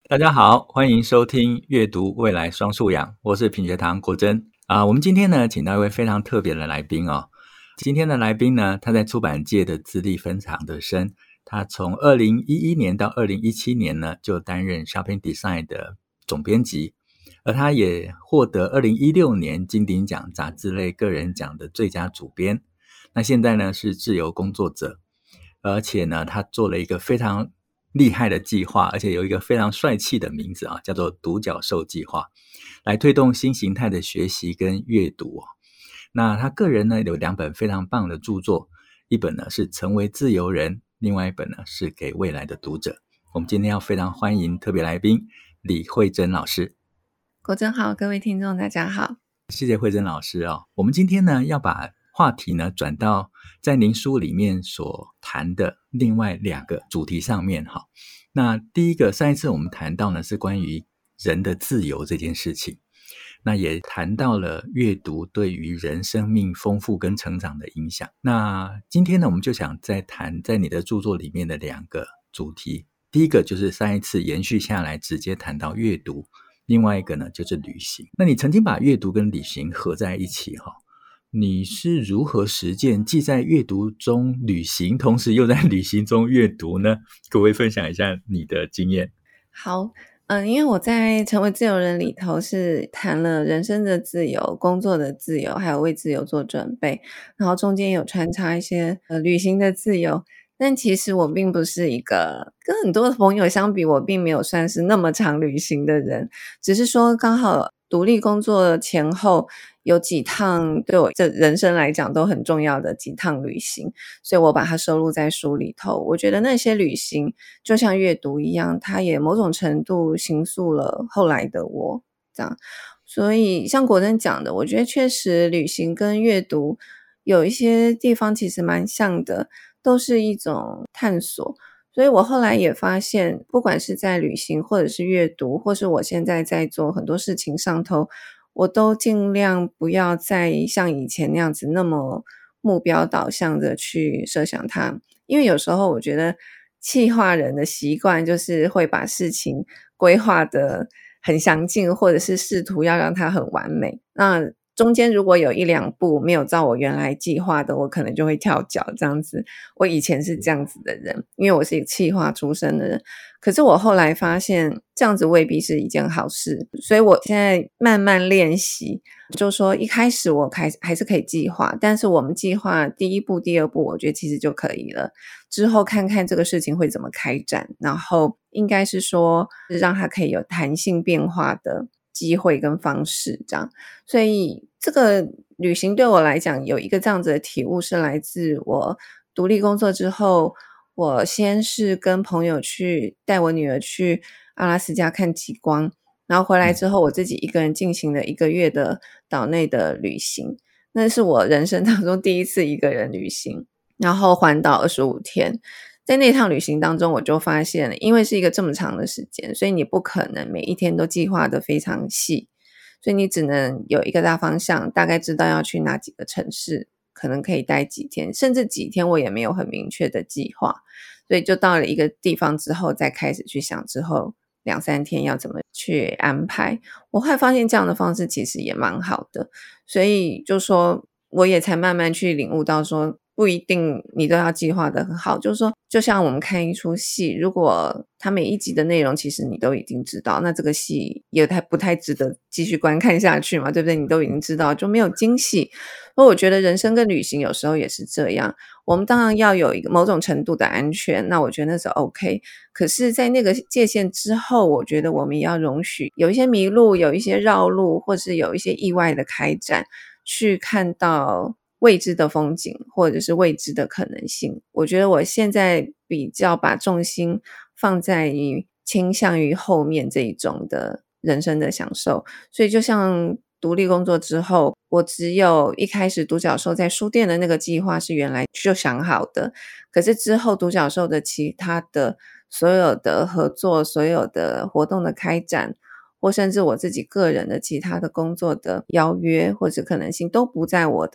大家好，欢迎收听阅读未来双素养，我是品学堂国珍我们今天呢，请到一位非常特别的来宾哦。今天的来宾呢，他在出版界的资历非常的深，他从2011年到2017年呢，就担任 Shopping Design 的总编辑，而他也获得2016年金鼎奖杂志类个人奖的最佳主编。那现在呢，是自由工作者，而且呢，他做了一个非常厉害的计划，而且有一个非常帅气的名字叫做独角兽计划，来推动新形态的学习跟阅读那他个人呢有2本非常棒的著作，一本呢是成为自由人，另外一本呢是给未来的读者。我们今天要非常欢迎特别来宾李惠珍老师。 国珍好，各位听众大家好。 谢谢惠珍老师我们今天呢要把话题呢转到在您书里面所谈的另外2个主题上面那第一个，上一次我们谈到呢是关于人的自由这件事情，那也谈到了阅读对于人生命丰富跟成长的影响。那今天呢我们就想再谈在你的著作里面的2个主题，第一个就是上一次延续下来直接谈到阅读，另外一个呢就是旅行。那你曾经把阅读跟旅行合在一起你是如何实践既在阅读中旅行，同时又在旅行中阅读呢？可不可以分享一下你的经验？ 好，因为我在成为自由人里头是谈了人生的自由、工作的自由，还有为自由做准备，然后中间有穿插一些旅行的自由。但其实我并不是一个跟很多的朋友相比，我并没有算是那么常旅行的人，只是说刚好独立工作前后有几趟对我这人生来讲都很重要的几趟旅行，所以我把它收录在书里头。我觉得那些旅行就像阅读一样，它也某种程度形塑了后来的我，这样。所以像国珍讲的，我觉得确实旅行跟阅读有一些地方其实蛮像的，都是一种探索。所以我后来也发现，不管是在旅行或者是阅读，或是我现在在做很多事情上头，我都尽量不要再像以前那样子那么目标导向的去设想它。因为有时候我觉得企划人的习惯就是会把事情规划得很详尽，或者是试图要让它很完美。那中间如果有1-2步没有照我原来计划的，我可能就会跳脚这样子。我以前是这样子的人，因为我是一个企划出身的人。可是我后来发现这样子未必是一件好事，所以我现在慢慢练习，就是说一开始我还是可以计划，但是我们计划第1步、第2步我觉得其实就可以了，之后看看这个事情会怎么开展，然后应该是说让它可以有弹性变化的机会跟方式这样。所以这个旅行对我来讲有一个这样子的体悟，是来自我独立工作之后，我先是跟朋友去带我女儿去阿拉斯加看极光，然后回来之后我自己一个人进行了1个月的岛内的旅行，那是我人生当中第一次一个人旅行，然后环岛25天。在那趟旅行当中我就发现了，因为是一个这么长的时间，所以你不可能每一天都计划得非常细，所以你只能有一个大方向，大概知道要去哪几个城市，可能可以待几天，甚至几天我也没有很明确的计划。所以就到了一个地方之后，再开始去想之后2-3天要怎么去安排。我后来发现这样的方式其实也蛮好的，所以就说我也才慢慢去领悟到说，不一定你都要计划得很好，就是说就像我们看一出戏，如果它每一集的内容其实你都已经知道，那这个戏也不太值得继续观看下去嘛，对不对？你都已经知道就没有惊喜。所以我觉得人生跟旅行有时候也是这样，我们当然要有一个某种程度的安全，那我觉得那是 OK， 可是在那个界限之后，我觉得我们也要容许有一些迷路，有一些绕路，或是有一些意外的开展，去看到未知的风景或者是未知的可能性。我觉得我现在比较把重心放在于倾向于后面这一种的人生的享受。所以就像独立工作之后，我只有一开始独角兽在书店的那个计划是原来就想好的，可是之后独角兽的其他的所有的合作，所有的活动的开展，或甚至我自己个人的其他的工作的邀约或者可能性都不在我的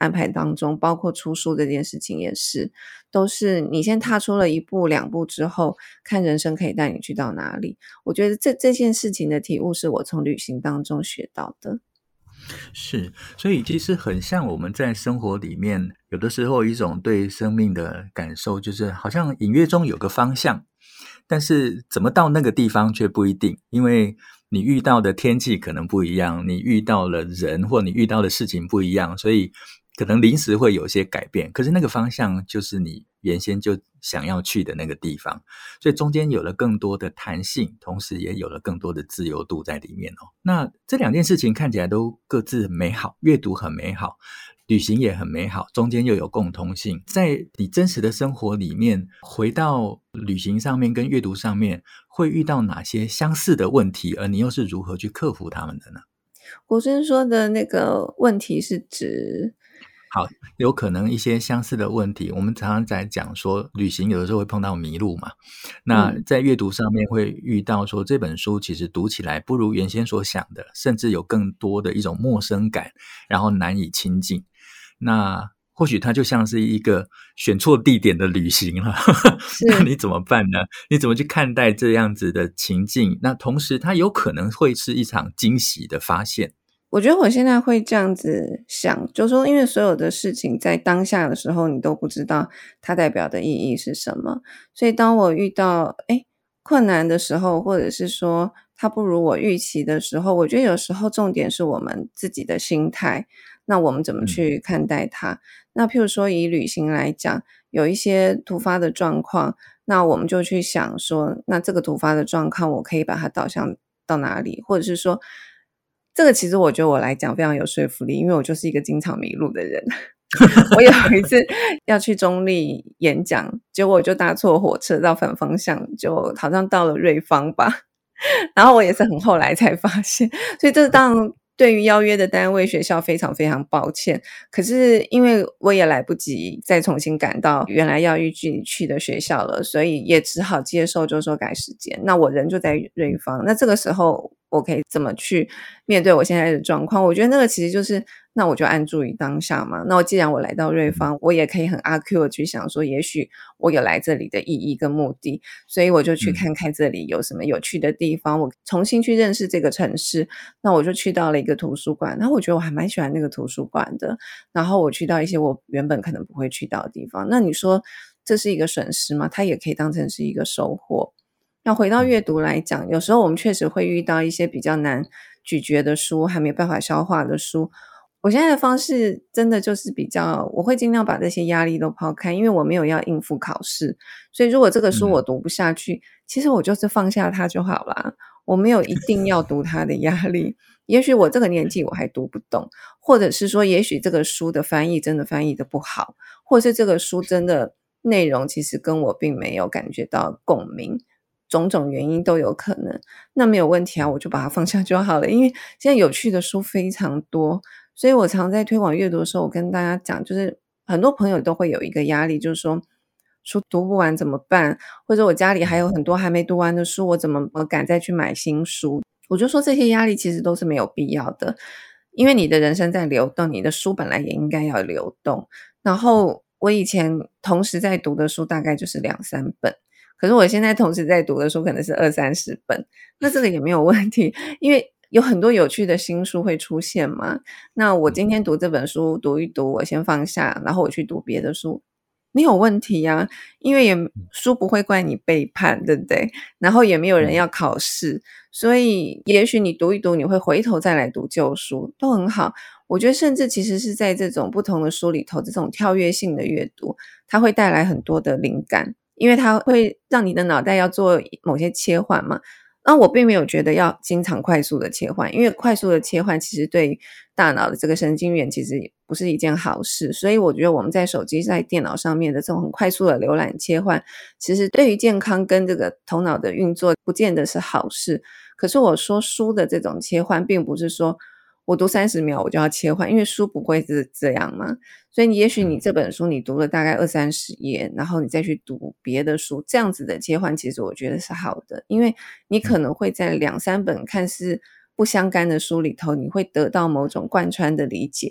安排当中，包括出书这件事情也是，都是你先踏出了一步两步之后，看人生可以带你去到哪里。我觉得这件事情的体悟是我从旅行当中学到的。 是，所以其实很像我们在生活里面，有的时候一种对生命的感受，就是好像隐约中有个方向，但是怎么到那个地方却不一定，因为你遇到的天气可能不一样，你遇到了人或你遇到的事情不一样，所以可能临时会有些改变，可是那个方向就是你原先就想要去的那个地方，所以中间有了更多的弹性，同时也有了更多的自由度在里面哦。那这两件事情看起来都各自很美好，阅读很美好，旅行也很美好，中间又有共通性。在你真实的生活里面，回到旅行上面跟阅读上面，会遇到哪些相似的问题，而你又是如何去克服它们的呢？ 国珍说的那个问题是指好，有可能一些相似的问题，我们常常在讲说，旅行有的时候会碰到迷路嘛。那在阅读上面会遇到说，这本书其实读起来不如原先所想的，甚至有更多的一种陌生感，然后难以亲近。那或许它就像是一个选错地点的旅行了，那你怎么办呢？你怎么去看待这样子的情境？那同时它有可能会是一场惊喜的发现。 我觉得我现在会这样子想，就是说因为所有的事情在当下的时候，你都不知道它代表的意义是什么，所以当我遇到困难的时候，或者是说它不如我预期的时候，我觉得有时候重点是我们自己的心态，那我们怎么去看待它。那譬如说以旅行来讲，有一些突发的状况，那我们就去想说，那这个突发的状况我可以把它导向到哪里，或者是说这个其实我觉得我来讲非常有说服力，因为我就是一个经常迷路的人。我有一次要去中立演讲，结果我就搭错火车到反方向，就好像到了瑞芳吧。然后我也是很后来才发现，所以这当然对于邀约的单位学校非常非常抱歉。可是因为我也来不及再重新赶到原来要预计去的学校了，所以也只好接受就是说改时间。那我人就在瑞芳，那这个时候我可以怎么去面对我现在的状况？我觉得那个其实就是那我就安住于当下嘛。那既然我来到瑞芳，我也可以很阿 Q 的去想说，也许我有来这里的意义跟目的，所以我就去看看这里有什么有趣的地方，我重新去认识这个城市。那我就去到了一个图书馆，然后我觉得我还蛮喜欢那个图书馆的，然后我去到一些我原本可能不会去到的地方。那你说这是一个损失吗？它也可以当成是一个收获。那回到阅读来讲，有时候我们确实会遇到一些比较难咀嚼的书，还没有办法消化的书。我现在的方式真的就是比较，我会尽量把这些压力都抛开，因为我没有要应付考试，所以如果这个书我读不下去，其实我就是放下它就好啦，我没有一定要读它的压力。也许我这个年纪我还读不懂，或者是说也许这个书的翻译真的翻译的不好，或者是这个书真的内容其实跟我并没有感觉到共鸣，种种原因都有可能，那没有问题啊，我就把它放下就好了。因为现在有趣的书非常多，所以我常在推广阅读的时候，我跟大家讲，就是很多朋友都会有一个压力，就是说书读不完怎么办？或者我家里还有很多还没读完的书，我怎么敢再去买新书？我就说这些压力其实都是没有必要的，因为你的人生在流动，你的书本来也应该要流动。然后我以前同时在读的书大概就是2-3本，可是我现在同时在读的书可能是20-30本，那这个也没有问题，因为有很多有趣的新书会出现嘛。那我今天读这本书读一读，我先放下，然后我去读别的书，没有问题啊，因为书不会怪你背叛，对不对？然后也没有人要考试，所以也许你读一读，你会回头再来读旧书，都很好。我觉得甚至其实是在这种不同的书里头，这种跳跃性的阅读，它会带来很多的灵感，因为它会让你的脑袋要做某些切换嘛。那我并没有觉得要经常快速的切换，因为快速的切换其实对大脑的这个神经元其实不是一件好事，所以我觉得我们在手机在电脑上面的这种很快速的浏览切换，其实对于健康跟这个头脑的运作不见得是好事。可是我说书的这种切换并不是说我读30秒我就要切换，因为书不会是这样嘛。所以也许你这本书你读了大概20-30页，然后你再去读别的书，这样子的切换其实我觉得是好的，因为你可能会在2-3本看似不相干的书里头，你会得到某种贯穿的理解。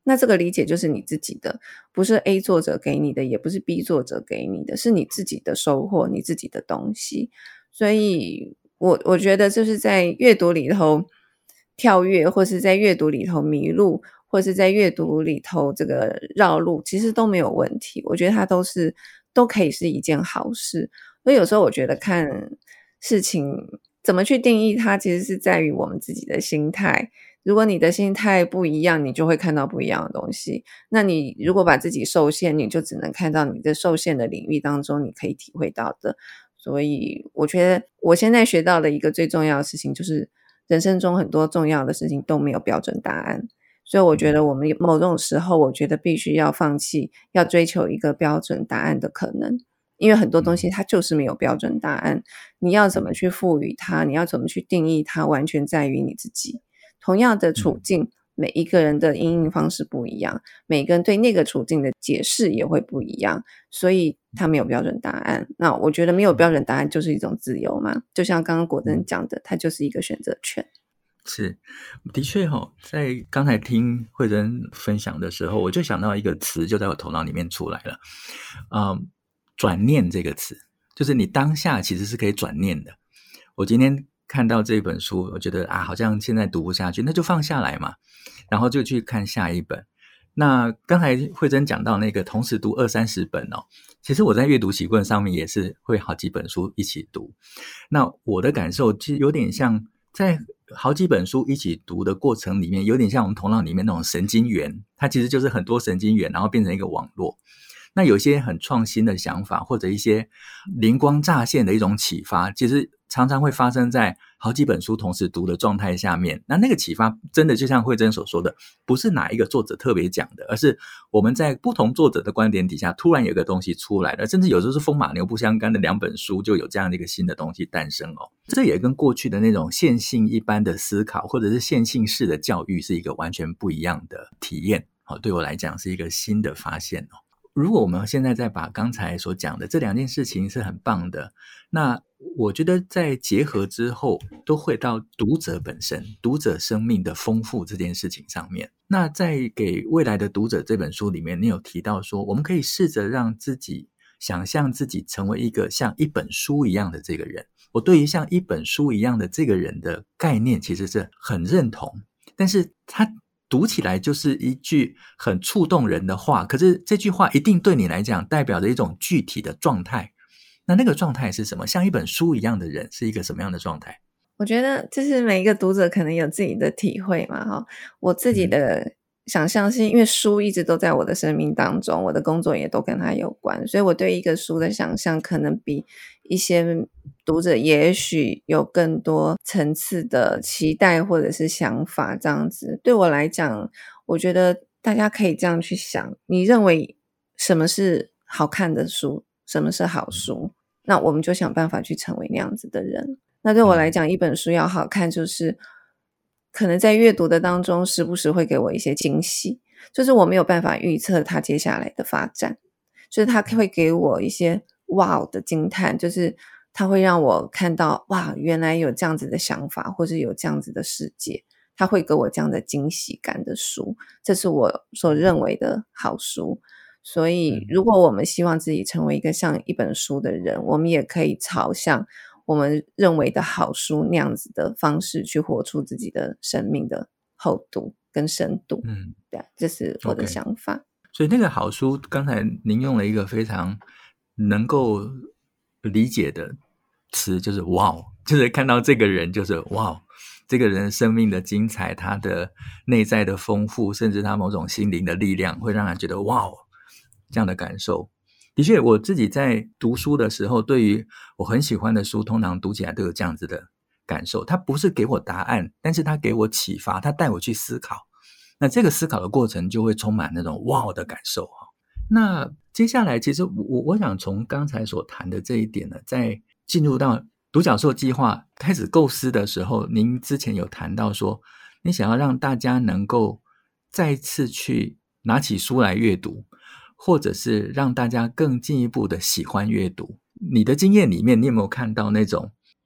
那这个理解就是你自己的，不是 A 作者给你的，也不是 B 作者给你的，是你自己的收获，你自己的东西。所以我觉得就是在阅读里头跳跃，或是在阅读里头迷路，或是在阅读里头这个绕路，其实都没有问题。我觉得它都可以是一件好事。所以有时候我觉得看事情怎么去定义它，其实是在于我们自己的心态。如果你的心态不一样，你就会看到不一样的东西。那你如果把自己受限，你就只能看到你的受限的领域当中你可以体会到的。所以我觉得我现在学到的一个最重要的事情，就是人生中很多重要的事情都没有标准答案。所以我觉得我们某种时候，我觉得必须要放弃要追求一个标准答案的可能。因为很多东西它就是没有标准答案，你要怎么去赋予它，你要怎么去定义它，完全在于你自己。同样的处境，每一个人的因应方式不一样，每个人对那个处境的解释也会不一样，所以它没有标准答案。那我觉得没有标准答案就是一种自由嘛，就像刚刚果真讲的，它就是一个选择权。 是，的确在刚才听慧珍分享的时候，我就想到一个词就在我头脑里面出来了，转念这个词，就是你当下其实是可以转念的。我今天看到这本书，我觉得好像现在读不下去，那就放下来嘛，然后就去看下一本。那刚才慧珍讲到那个同时读20-30本其实我在阅读习惯上面也是会好几本书一起读。那我的感受其实有点像在好几本书一起读的过程里面，有点像我们头脑里面那种神经元，它其实就是很多神经元然后变成一个网络。那有些很创新的想法，或者一些灵光乍现的一种启发，其实常常会发生在好几本书同时读的状态下面。那个启发真的就像慧珍所说的，不是哪一个作者特别讲的，而是我们在不同作者的观点底下突然有个东西出来了，甚至有时候是风马牛不相干的2本书就有这样的一个新的东西诞生这也跟过去的那种线性一般的思考，或者是线性式的教育是一个完全不一样的体验对我来讲是一个新的发现如果我们现在再把刚才所讲的这2件事情是很棒的，那我觉得在结合之后都会到读者本身，读者生命的丰富这件事情上面。那在给未来的读者这本书里面，你有提到说我们可以试着让自己想象自己成为一个像一本书一样的这个人。我对于像一本书一样的这个人的概念其实是很认同，但是他读起来就是一句很触动人的话，可是这句话一定对你来讲代表着一种具体的状态。那个状态是什么？像一本书一样的人是一个什么样的状态？ 我觉得就是每一个读者可能有自己的体会嘛我自己的想象是因为书一直都在我的生命当中，我的工作也都跟它有关，所以我对一个书的想象可能比一些读者也许有更多层次的期待或者是想法这样子。对我来讲，我觉得大家可以这样去想，你认为什么是好看的书，什么是好书，那我们就想办法去成为那样子的人。那对我来讲，一本书要好看，就是可能在阅读的当中时不时会给我一些惊喜，就是我没有办法预测它接下来的发展，就是它会给我一些哇的惊叹，就是它会让我看到哇原来有这样子的想法，或是有这样子的世界，它会给我这样的惊喜感的书，这是我所认为的好书。所以如果我们希望自己成为一个像一本书的人，我们也可以朝向我们认为的好书那样子的方式去活出自己的生命的厚度跟深度。对，这是我的想法。 所以那个好书刚才您用了一个非常能够理解的词，就是哇，就是看到这个人就是哇，这个人生命的精彩，他的内在的丰富，甚至他某种心灵的力量，会让人觉得哇，这样的感受。的确我自己在读书的时候，对于我很喜欢的书，通常读起来都有这样子的感受。它不是给我答案，但是它给我启发，它带我去思考。那这个思考的过程就会充满那种哇的感受那接下来其实我想从刚才所谈的这一点呢，在进入到独角兽计划开始构思的时候，您之前有谈到说你想要让大家能够再次去拿起书来阅读，或者是让大家更进一步的喜欢阅读。你的经验里面，你有没有看到那种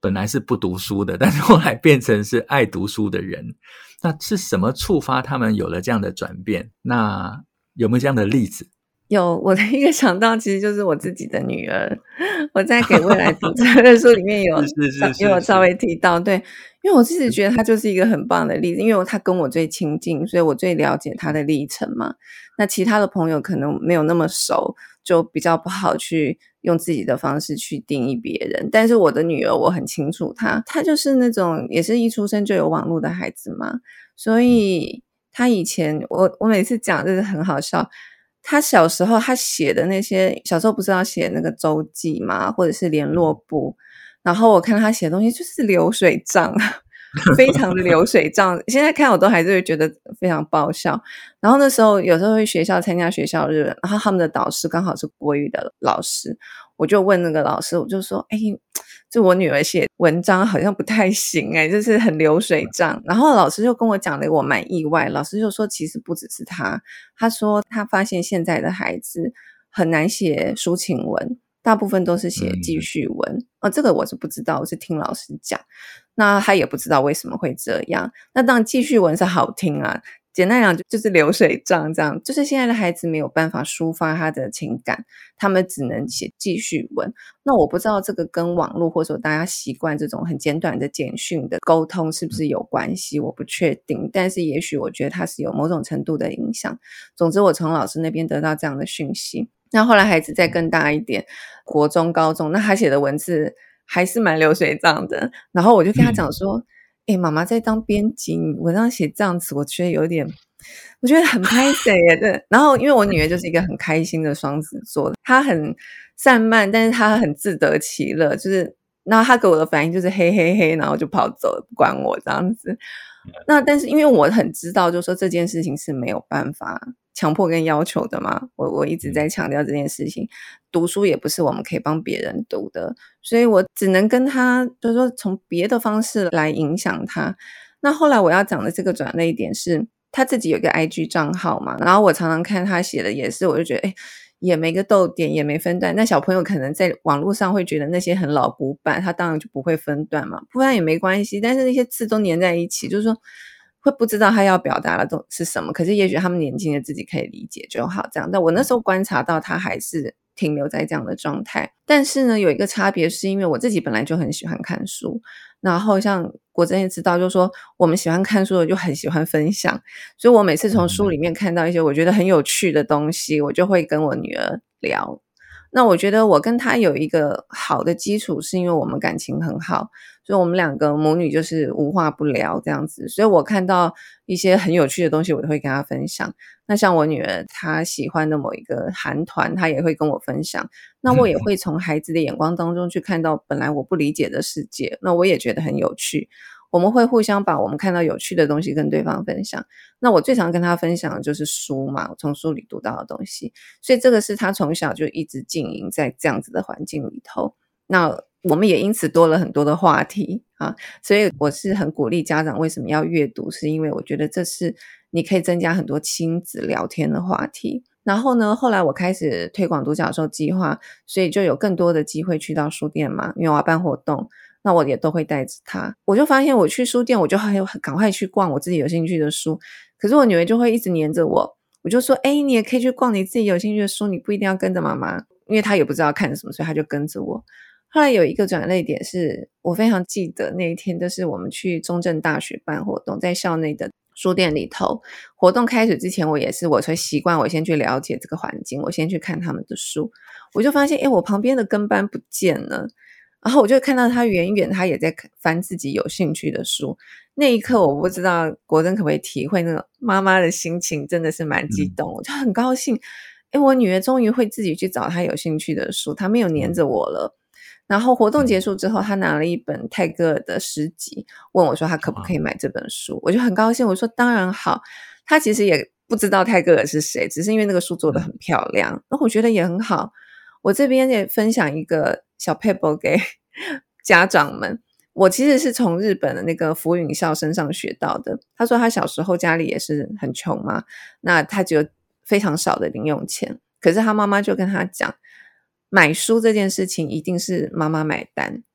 本来是不读书的，但是后来变成是爱读书的人。那是什么触发他们有了这样的转变？那有没有这样的例子？ 有，我的一个想到其实就是我自己的女儿，我在给未来读这本书里面有稍微提到，对，因为我自己觉得她就是一个很棒的例子，因为她跟我最亲近，所以我最了解她的历程嘛。那其他的朋友可能没有那么熟，就比较不好去用自己的方式去定义别人。但是我的女儿我很清楚她就是那种也是一出生就有网络的孩子嘛，所以她以前我每次讲就是很好笑。他小时候他写的那些，小时候不是要写那个周记嘛，或者是联络簿，然后我看他写的东西就是流水账，非常的流水账，现在看我都还是会觉得非常爆笑。然后那时候有时候会学校参加学校日，然后他们的导师刚好是国语的老师，我就问那个老师，我就说就我女儿写文章好像不太行就是很流水账。然后老师就跟我讲的我蛮意外，老师就说其实不只是他说他发现现在的孩子很难写抒情文，大部分都是写记叙文。这个我是不知道，我是听老师讲。那他也不知道为什么会这样。那当然记叙文是好听啊，简单讲就是流水账这样，就是现在的孩子没有办法抒发他的情感，他们只能写记叙文。那我不知道这个跟网络或者说大家习惯这种很简短的简讯的沟通是不是有关系，我不确定，但是也许我觉得它是有某种程度的影响。总之我从老师那边得到这样的讯息。那后来孩子再更大一点，国中高中，那他写的文字还是蛮流水账的，然后我就跟他讲说妈妈在当编辑，你文章写这样子我觉得很拍谁耶。对，然后因为我女儿就是一个很开心的双子座，她很散漫，但是她很自得其乐，就是那她给我的反应就是嘿嘿嘿，然后就跑走了，不管我这样子。那但是因为我很知道就是说这件事情是没有办法强迫跟要求的嘛，我一直在强调这件事情，读书也不是我们可以帮别人读的，所以我只能跟他就是说从别的方式来影响他。那后来我要讲的这个转捩点是他自己有一个 IG 账号嘛，然后我常常看他写的也是，我就觉得也没个逗点，也没分段。那小朋友可能在网络上会觉得那些很老古板，他当然就不会分段嘛，不然也没关系，但是那些字都粘在一起，就是说会不知道他要表达的是什么，可是也许他们年轻的自己可以理解就好这样。但我那时候观察到他还是停留在这样的状态。但是呢有一个差别是因为我自己本来就很喜欢看书，然后像国珍也知道就是说我们喜欢看书的就很喜欢分享，所以我每次从书里面看到一些我觉得很有趣的东西，我就会跟我女儿聊。那我觉得我跟她有一个好的基础是因为我们感情很好，所以我们两个母女就是无话不聊这样子，所以我看到一些很有趣的东西我都会跟她分享。那像我女儿她喜欢的某一个韩团，她也会跟我分享，那我也会从孩子的眼光当中去看到本来我不理解的世界，那我也觉得很有趣，我们会互相把我们看到有趣的东西跟对方分享。那我最常跟他分享的就是书嘛，我从书里读到的东西，所以这个是他从小就一直经营在这样子的环境里头。那我们也因此多了很多的话题啊，所以我是很鼓励家长为什么要阅读，是因为我觉得这是你可以增加很多亲子聊天的话题。然后呢后来我开始推广独角兽计划，所以就有更多的机会去到书店嘛，因为我要办活动，那我也都会带着他。我就发现我去书店我就很赶快去逛我自己有兴趣的书，可是我女儿就会一直黏着我，我就说你也可以去逛你自己有兴趣的书，你不一定要跟着妈妈，因为她也不知道看什么，所以她就跟着我。后来有一个转捩点是我非常记得那一天，就是我们去中正大学办活动，在校内的书店里头，活动开始之前我会习惯我先去了解这个环境，我先去看他们的书，我就发现我旁边的跟班不见了，然后我就看到他远远他也在翻自己有兴趣的书，那一刻我不知道国珍可不可以体会那个妈妈的心情，真的是蛮激动，我就很高兴我女儿终于会自己去找她有兴趣的书，她没有黏着我了。然后活动结束之后，她拿了一本泰戈尔的诗集，问我说她可不可以买这本书，我就很高兴，我说当然好。她其实也不知道泰戈尔是谁，只是因为那个书做得很漂亮，那我觉得也很好。我这边也分享一个小撇步给家长们，我其实是从日本的那个福允孝身上学到的。他说他小时候家里也是很穷嘛，那他只有非常少的零用钱，可是他妈妈就跟他讲，买书这件事情一定是妈妈买单，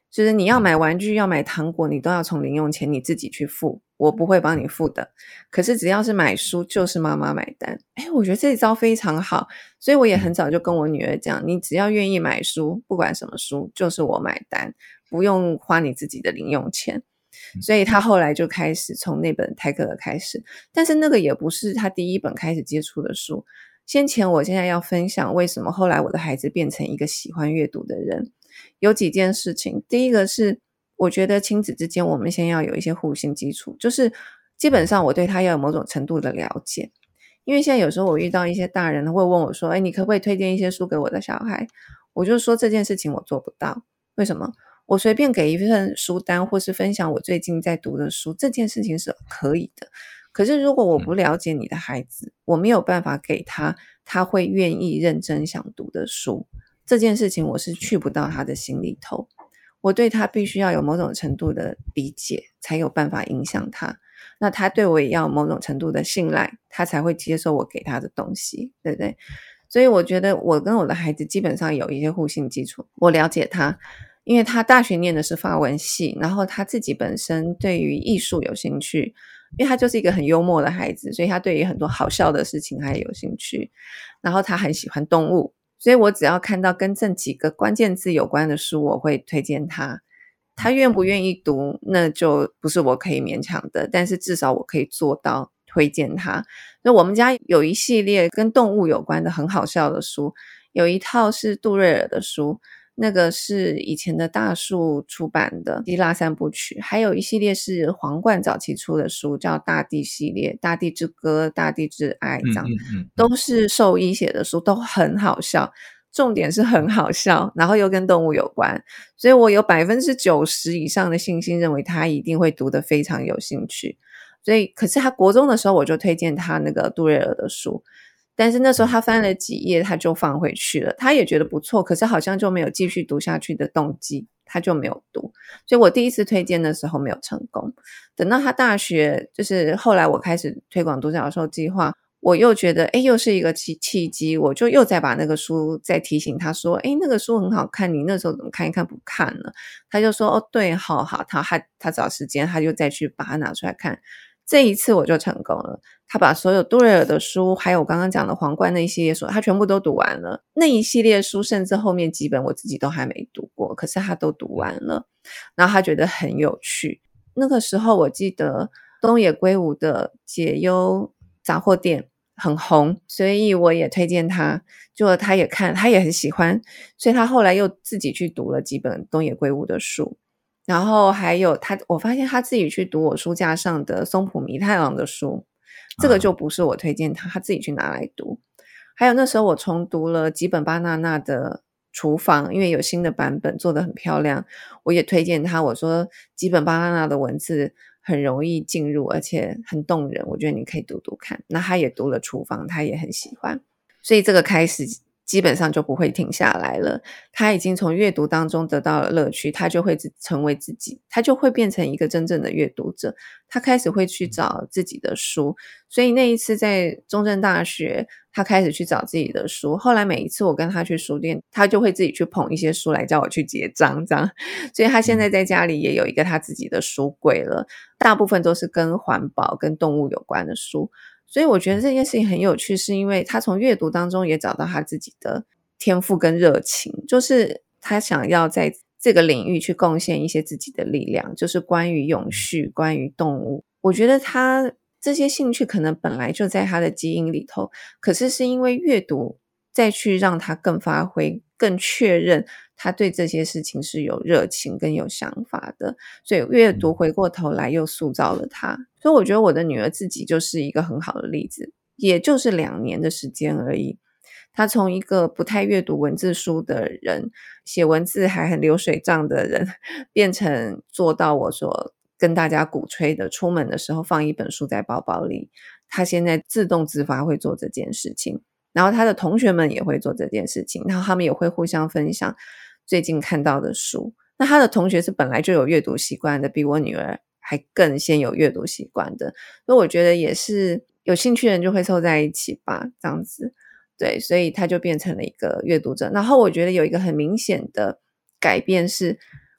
就是你要买玩具要买糖果，你都要从零用钱你自己去付，我不会帮你付的。可是只要是买书就是妈妈买单。我觉得这一招非常好，所以我也很早就跟我女儿讲，你只要愿意买书，不管什么书就是我买单，不用花你自己的零用钱。所以她后来就开始从那本泰戈尔开始，但是那个也不是她第一本开始接触的书。先前我现在要分享为什么后来我的孩子变成一个喜欢阅读的人，有几件事情。第一个是我觉得亲子之间我们先要有一些互信基础，就是基本上我对他要有某种程度的了解。因为现在有时候我遇到一些大人会问我说，你可不可以推荐一些书给我的小孩？我就说这件事情我做不到。为什么？我随便给一份书单或是分享我最近在读的书，这件事情是可以的。可是如果我不了解你的孩子，我没有办法给他会愿意认真想读的书，这件事情我是去不到他的心里头。我对他必须要有某种程度的理解，才有办法影响他。那他对我也要有某种程度的信赖，他才会接受我给他的东西，对不对？所以我觉得我跟我的孩子基本上有一些互信基础。我了解他，因为他大学念的是法文系，然后他自己本身对于艺术有兴趣，因为他就是一个很幽默的孩子，所以他对于很多好笑的事情他也有兴趣。然后他很喜欢动物，所以我只要看到跟这几个关键字有关的书，我会推荐他。他愿不愿意读，那就不是我可以勉强的，但是至少我可以做到推荐他。那我们家有一系列跟动物有关的很好笑的书，有一套是杜瑞尔的书，那个是以前的大树出版的希腊三部曲，还有一系列是皇冠早期出的书，叫大地系列，大地之歌、大地之爱，这样都是兽医写的书，都很好笑。重点是很好笑，然后又跟动物有关，所以我有 90% 以上的信心认为他一定会读得非常有兴趣。所以可是他国中的时候我就推荐他那个杜瑞尔的书，但是那时候他翻了几页他就放回去了，他也觉得不错，可是好像就没有继续读下去的动机，他就没有读。所以我第一次推荐的时候没有成功，等到他大学，就是后来我开始推广独角兽计划，我又觉得又是一个契机，我就又再把那个书再提醒他说那个书很好看，你那时候怎么看一看不看了？他就说对，好，他找时间他就再去把它拿出来看。这一次我就成功了，他把所有杜瑞尔的书还有我刚刚讲的皇冠那一系列书他全部都读完了。那一系列书甚至后面几本我自己都还没读过，可是他都读完了，然后他觉得很有趣。那个时候我记得东野圭吾的解忧杂货店很红，所以我也推荐他，就他也看，他也很喜欢，所以他后来又自己去读了几本东野圭吾的书。然后还有我发现他自己去读我书架上的松浦弥太郎的书，这个就不是我推荐他自己去拿来读。还有那时候我重读了吉本巴娜娜的厨房，因为有新的版本做得很漂亮，我也推荐他，我说吉本巴娜娜的文字很容易进入，而且很动人，我觉得你可以读读看。那他也读了厨房，他也很喜欢，所以这个开始基本上就不会停下来了。他已经从阅读当中得到了乐趣，他就会成为自己，他就会变成一个真正的阅读者，他开始会去找自己的书。所以那一次在中正大学他开始去找自己的书，后来每一次我跟他去书店，他就会自己去捧一些书来叫我去结账这样。所以他现在在家里也有一个他自己的书柜了，大部分都是跟环保跟动物有关的书。所以我觉得这件事情很有趣，是因为他从阅读当中也找到他自己的天赋跟热情，就是他想要在这个领域去贡献一些自己的力量，就是关于永续，关于动物。我觉得他这些兴趣可能本来就在他的基因里头，可是因为阅读再去让他更发挥，更确认他对这些事情是有热情跟有想法的，所以阅读回过头来又塑造了他。所以我觉得我的女儿自己就是一个很好的例子，也就是2年的时间而已，她从一个不太阅读文字书的人，写文字还很流水账的人，变成做到我所跟大家鼓吹的出门的时候放一本书在包包里。她现在自动自发会做这件事情，然后他的同学们也会做这件事情，然后他们也会互相分享最近看到的书。那他的同学是本来就有阅读习惯的，比我女儿还更先有阅读习惯的，所以我觉得也是有兴趣的人就会凑在一起吧，这样子。对，所以他就变成了一个阅读者。然后我觉得有一个很明显的改变是，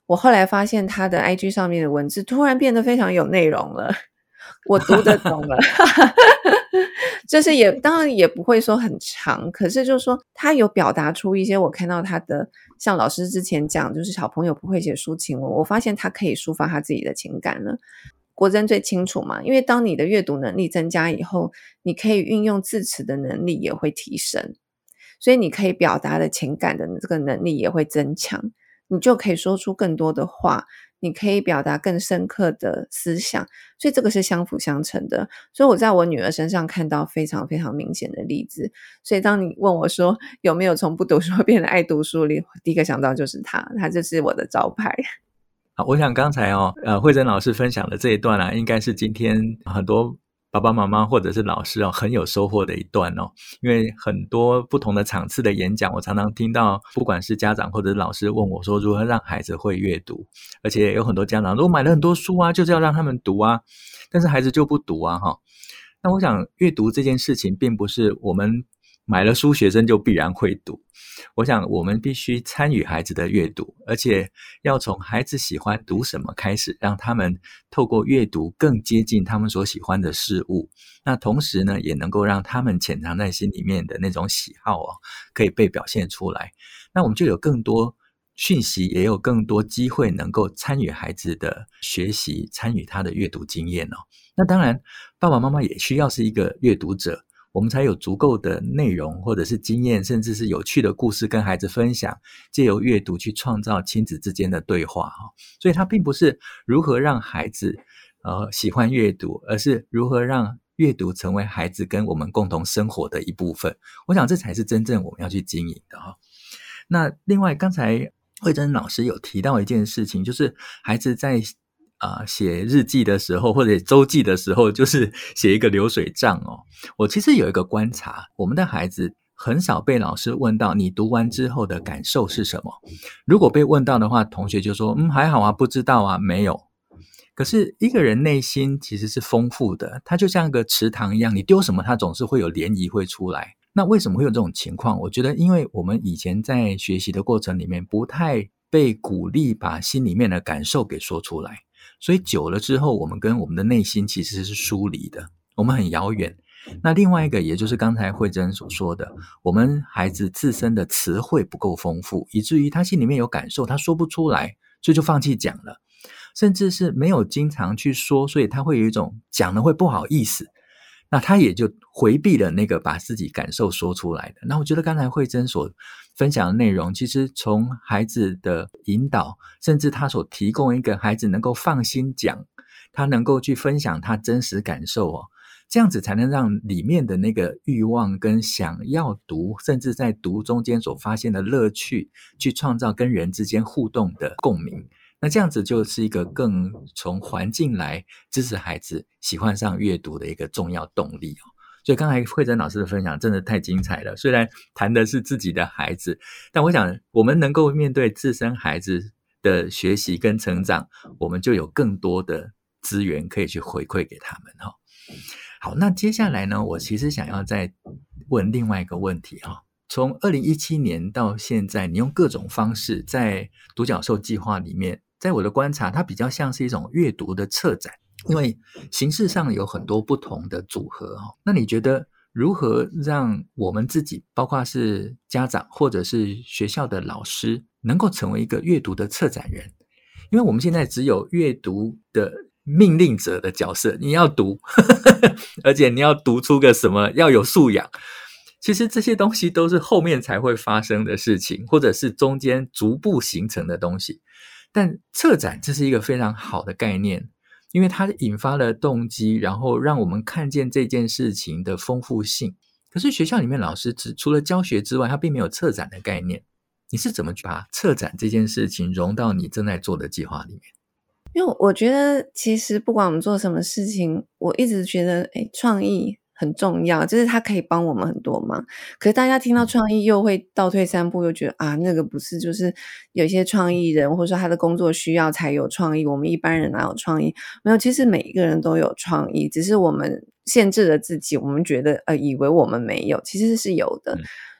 我后来发现他的 IG 上面的文字突然变得非常有内容了，我读得懂了。就是当然也不会说很长，可是就是说他有表达出一些我看到他的，像老师之前讲，就是小朋友不会写抒情文，我发现他可以抒发他自己的情感了。国珍最清楚嘛，因为当你的阅读能力增加以后，你可以运用字词的能力也会提升，所以你可以表达的情感的这个能力也会增强，你就可以说出更多的话，你可以表达更深刻的思想，所以这个是相辅相成的。所以我在我女儿身上看到非常非常明显的例子，所以当你问我说有没有从不读书变得爱读书，第一个想到就是她就是我的招牌。 好，我想刚才慧珍老师分享的这一段啊，应该是今天很多爸爸妈妈或者是老师很有收获的一段因为很多不同的场次的演讲，我常常听到不管是家长或者是老师问我说如何让孩子会阅读，而且有很多家长说我买了很多书啊，就是要让他们读啊，但是孩子就不读啊那我想阅读这件事情并不是我们买了书学生就必然会读，我想我们必须参与孩子的阅读，而且要从孩子喜欢读什么开始，让他们透过阅读更接近他们所喜欢的事物，那同时呢也能够让他们潜藏在心里面的那种喜好可以被表现出来，那我们就有更多讯息，也有更多机会能够参与孩子的学习，参与他的阅读经验那当然爸爸妈妈也需要是一个阅读者，我们才有足够的内容或者是经验，甚至是有趣的故事跟孩子分享，藉由阅读去创造亲子之间的对话所以它并不是如何让孩子喜欢阅读，而是如何让阅读成为孩子跟我们共同生活的一部分，我想这才是真正我们要去经营的那另外刚才慧珍老师有提到一件事情，就是孩子在写日记的时候或者周记的时候，就是写一个流水账我其实有一个观察，我们的孩子很少被老师问到你读完之后的感受是什么，如果被问到的话，同学就说还好啊，不知道啊，没有。可是一个人内心其实是丰富的，他就像一个池塘一样，你丢什么他总是会有涟漪会出来。那为什么会有这种情况？我觉得因为我们以前在学习的过程里面不太被鼓励把心里面的感受给说出来，所以久了之后我们跟我们的内心其实是疏离的，我们很遥远。那另外一个也就是刚才慧珍所说的，我们孩子自身的词汇不够丰富，以至于他心里面有感受他说不出来，所以就放弃讲了，甚至是没有经常去说，所以他会有一种讲了会不好意思，那他也就回避了那个把自己感受说出来的。那我觉得刚才慧珍所分享的内容，其实从孩子的引导，甚至他所提供一个孩子能够放心讲，他能够去分享他真实感受这样子才能让里面的那个欲望跟想要读，甚至在读中间所发现的乐趣，去创造跟人之间互动的共鸣。那这样子就是一个更从环境来支持孩子喜欢上阅读的一个重要动力所以刚才慧珍老师的分享真的太精彩了，虽然谈的是自己的孩子，但我想我们能够面对自身孩子的学习跟成长，我们就有更多的资源可以去回馈给他们好，那接下来呢，我其实想要再问另外一个问题从2017年到现在，你用各种方式在独角兽计划里面，在我的观察，它比较像是一种阅读的策展，因为形式上有很多不同的组合那你觉得如何让我们自己，包括是家长或者是学校的老师，能够成为一个阅读的策展人？因为我们现在只有阅读的命令者的角色，你要读而且你要读出个什么，要有素养，其实这些东西都是后面才会发生的事情，或者是中间逐步形成的东西。但策展这是一个非常好的概念，因为它引发了动机，然后让我们看见这件事情的丰富性。可是学校里面老师除了教学之外，他并没有策展的概念，你是怎么把策展这件事情融到你正在做的计划里面？ 因为我觉得其实不管我们做什么事情，我一直觉得创意很重要，就是它可以帮我们很多忙。可是大家听到创意又会倒退3步，又觉得那个不是就是有一些创意人或者说他的工作需要才有创意，我们一般人哪有创意？没有，其实每一个人都有创意，只是我们限制了自己，我们觉得以为我们没有，其实是有的。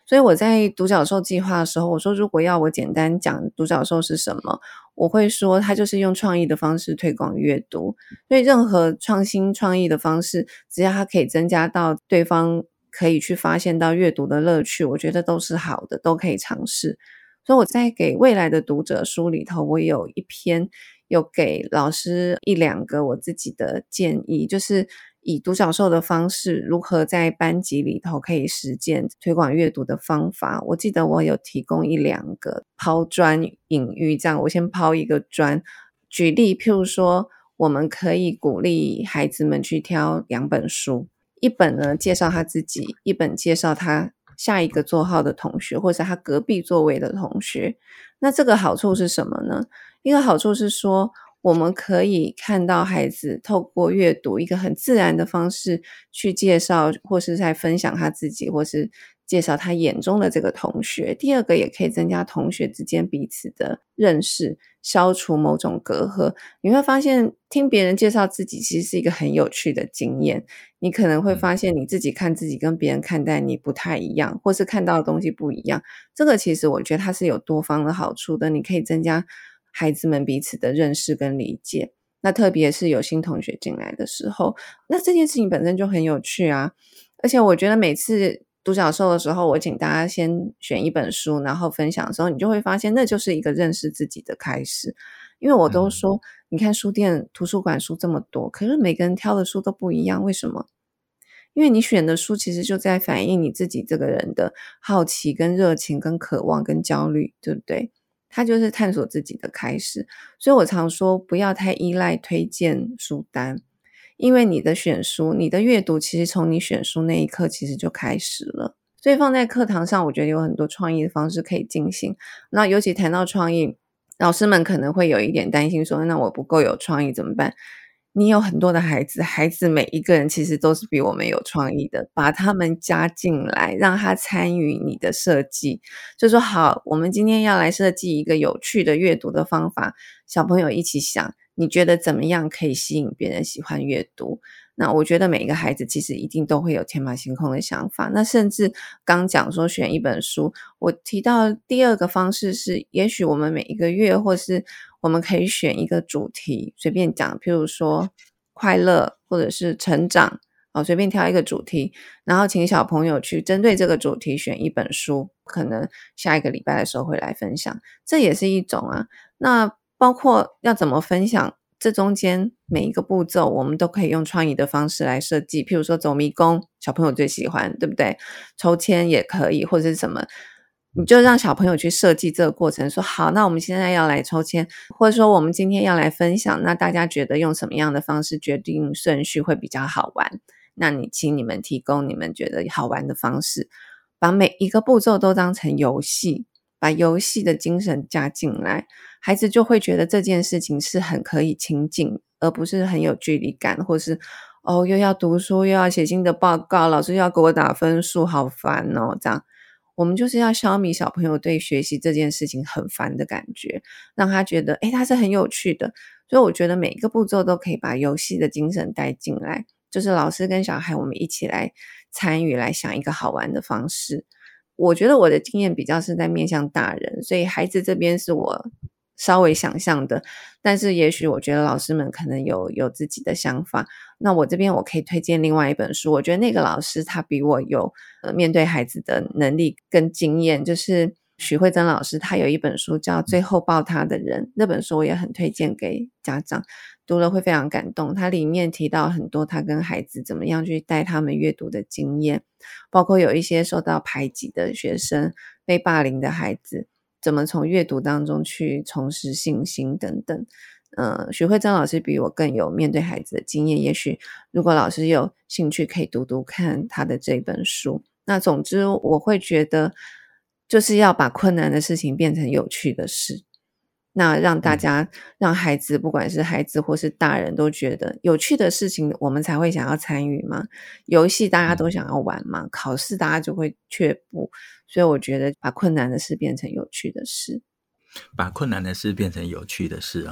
所以我在独角兽计划的时候，我说如果要我简单讲独角兽是什么，我会说它就是用创意的方式推广阅读。所以任何创新创意的方式，只要它可以增加到对方可以去发现到阅读的乐趣，我觉得都是好的，都可以尝试。所以我在给未来的读者书里头，我有一篇有给老师1-2个我自己的建议，就是以独角兽的方式如何在班级里头可以实践推广阅读的方法。我记得我有提供1-2个抛砖引玉，这样我先抛一个砖。举例譬如说，我们可以鼓励孩子们去挑2本书，一本呢介绍他自己，一本介绍他下一个座号的同学，或者他隔壁座位的同学。那这个好处是什么呢？一个好处是说，我们可以看到孩子透过阅读一个很自然的方式去介绍，或是在分享他自己，或是介绍他眼中的这个同学。第二个也可以增加同学之间彼此的认识，消除某种隔阂。你会发现听别人介绍自己其实是一个很有趣的经验，你可能会发现你自己看自己跟别人看待你不太一样，或是看到的东西不一样。这个其实我觉得它是有多方的好处的，你可以增加孩子们彼此的认识跟理解。那特别是有新同学进来的时候，那这件事情本身就很有趣啊。而且我觉得每次独角兽的时候，我请大家先选一本书，然后分享的时候，你就会发现那就是一个认识自己的开始。因为我都说，你看书店、图书馆书这么多，可是每个人挑的书都不一样，为什么？因为你选的书其实就在反映你自己这个人的好奇跟热情跟渴望跟焦虑，对不对？它就是探索自己的开始。所以我常说不要太依赖推荐书单，因为你的选书，你的阅读其实从你选书那一刻其实就开始了。所以放在课堂上，我觉得有很多创意的方式可以进行。那尤其谈到创意，老师们可能会有一点担心说，那我不够有创意怎么办？你有很多的孩子，孩子每一个人其实都是比我们有创意的，把他们加进来，让他参与你的设计。就说好，我们今天要来设计一个有趣的阅读的方法，小朋友一起想，你觉得怎么样可以吸引别人喜欢阅读？那我觉得每一个孩子其实一定都会有天马行空的想法。那甚至刚讲说选一本书，我提到第二个方式是，也许我们每一个月或是我们可以选一个主题，随便讲，譬如说快乐或者是成长，随便挑一个主题，然后请小朋友去针对这个主题选一本书，可能下一个礼拜的时候会来分享，这也是一种啊。那包括要怎么分享，这中间每一个步骤我们都可以用创意的方式来设计，譬如说走迷宫，小朋友最喜欢，对不对？抽签也可以，或者是什么，你就让小朋友去设计这个过程，说好，那我们现在要来抽签，或者说我们今天要来分享，那大家觉得用什么样的方式决定顺序会比较好玩，那请你们提供你们觉得好玩的方式，把每一个步骤都当成游戏，把游戏的精神加进来，孩子就会觉得这件事情是很可以亲近，而不是很有距离感，或是又要读书又要写新的报告，老师又要给我打分数，好烦哦，这样。我们就是要消弭小朋友对学习这件事情很烦的感觉，让他觉得它是很有趣的。所以我觉得每一个步骤都可以把游戏的精神带进来，就是老师跟小孩我们一起来参与，来想一个好玩的方式。我觉得我的经验比较是在面向大人，所以孩子这边是我稍微想象的，但是也许我觉得老师们可能有自己的想法。那我这边我可以推荐另外一本书，我觉得那个老师他比我有面对孩子的能力跟经验，就是许慧珍老师，他有一本书叫《最后抱他的人》，那本书我也很推荐给家长，读了会非常感动。它里面提到很多他跟孩子怎么样去带他们阅读的经验，包括有一些受到排挤的学生，被霸凌的孩子，怎么从阅读当中去重拾信心等等。许慧珍老师比我更有面对孩子的经验，也许如果老师有兴趣可以读读看他的这本书。那总之我会觉得就是要把困难的事情变成有趣的事，那让大家让孩子不管是孩子或是大人都觉得有趣的事情我们才会想要参与嘛，游戏大家都想要玩嘛，考试大家就会却步，所以我觉得把困难的事变成有趣的事， 把困难的事变成有趣的事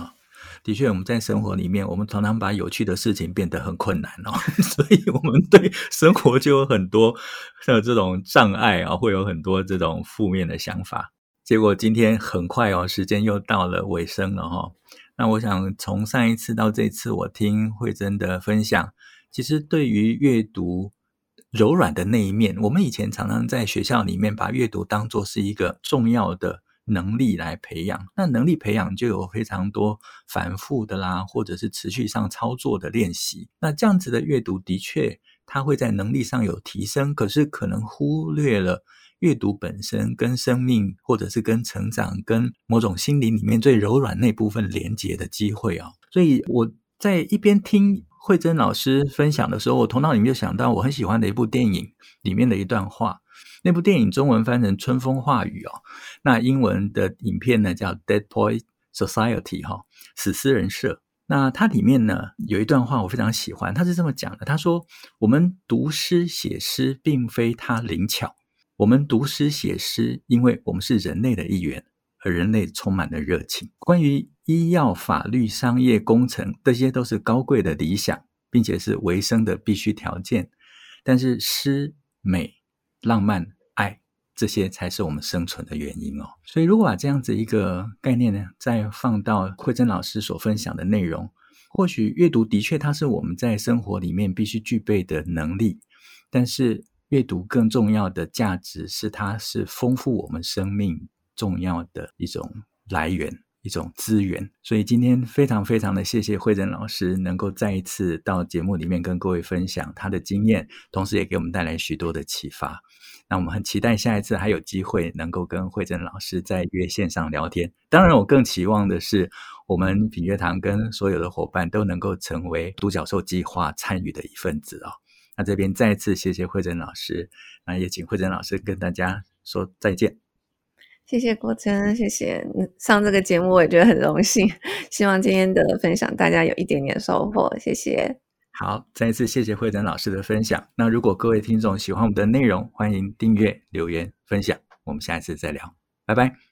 的确我们在生活里面，我们常常把有趣的事情变得很困难哦，所以我们对生活就有很多这种障碍啊，会有很多这种负面的想法。结果今天很快哦，时间又到了尾声了哦。那我想从上一次到这次，我听慧珍的分享，其实对于阅读柔软的那一面，我们以前常常在学校里面把阅读当作是一个重要的能力来培养，那能力培养就有非常多反复的啦，或者是持续上操作的练习。那这样子的阅读的确它会在能力上有提升，可是可能忽略了阅读本身跟生命或者是跟成长跟某种心灵里面最柔软那部分连结的机会哦。所以我在一边听慧珍老师分享的时候，我头脑里面就想到我很喜欢的一部电影里面的一段话，那部电影中文翻成春风化雨哦，那英文的影片呢叫 Dead Poet Society 死诗人社。那它里面呢有一段话我非常喜欢，他是这么讲的，他说我们读诗写诗并非它灵巧，我们读诗写诗因为我们是人类的一员，而人类充满了热情。关于医药、法律、商业、工程，这些都是高贵的理想，并且是维生的必须条件，但是诗、美、浪漫、爱，这些才是我们生存的原因哦。所以如果把这样子一个概念呢，再放到慧珍老师所分享的内容，或许阅读的确它是我们在生活里面必须具备的能力，但是阅读更重要的价值是它是丰富我们生命重要的一种来源，一种资源。所以今天非常非常的谢谢慧珍老师能够再一次到节目里面跟各位分享她的经验，同时也给我们带来许多的启发。那我们很期待下一次还有机会能够跟慧珍老师再约线上聊天。当然我更期望的是我们品学堂跟所有的伙伴都能够成为独角兽计划参与的一份子哦。那这边再次谢谢慧珍老师，那也请慧珍老师跟大家说再见。 谢谢国珍，谢谢上这个节目，我也觉得很荣幸。希望今天的分享大家有一点点收获，谢谢。 好，再一次谢谢慧珍老师的分享。那如果各位听众喜欢我们的内容，欢迎订阅、留言、分享。我们下一次再聊，拜拜。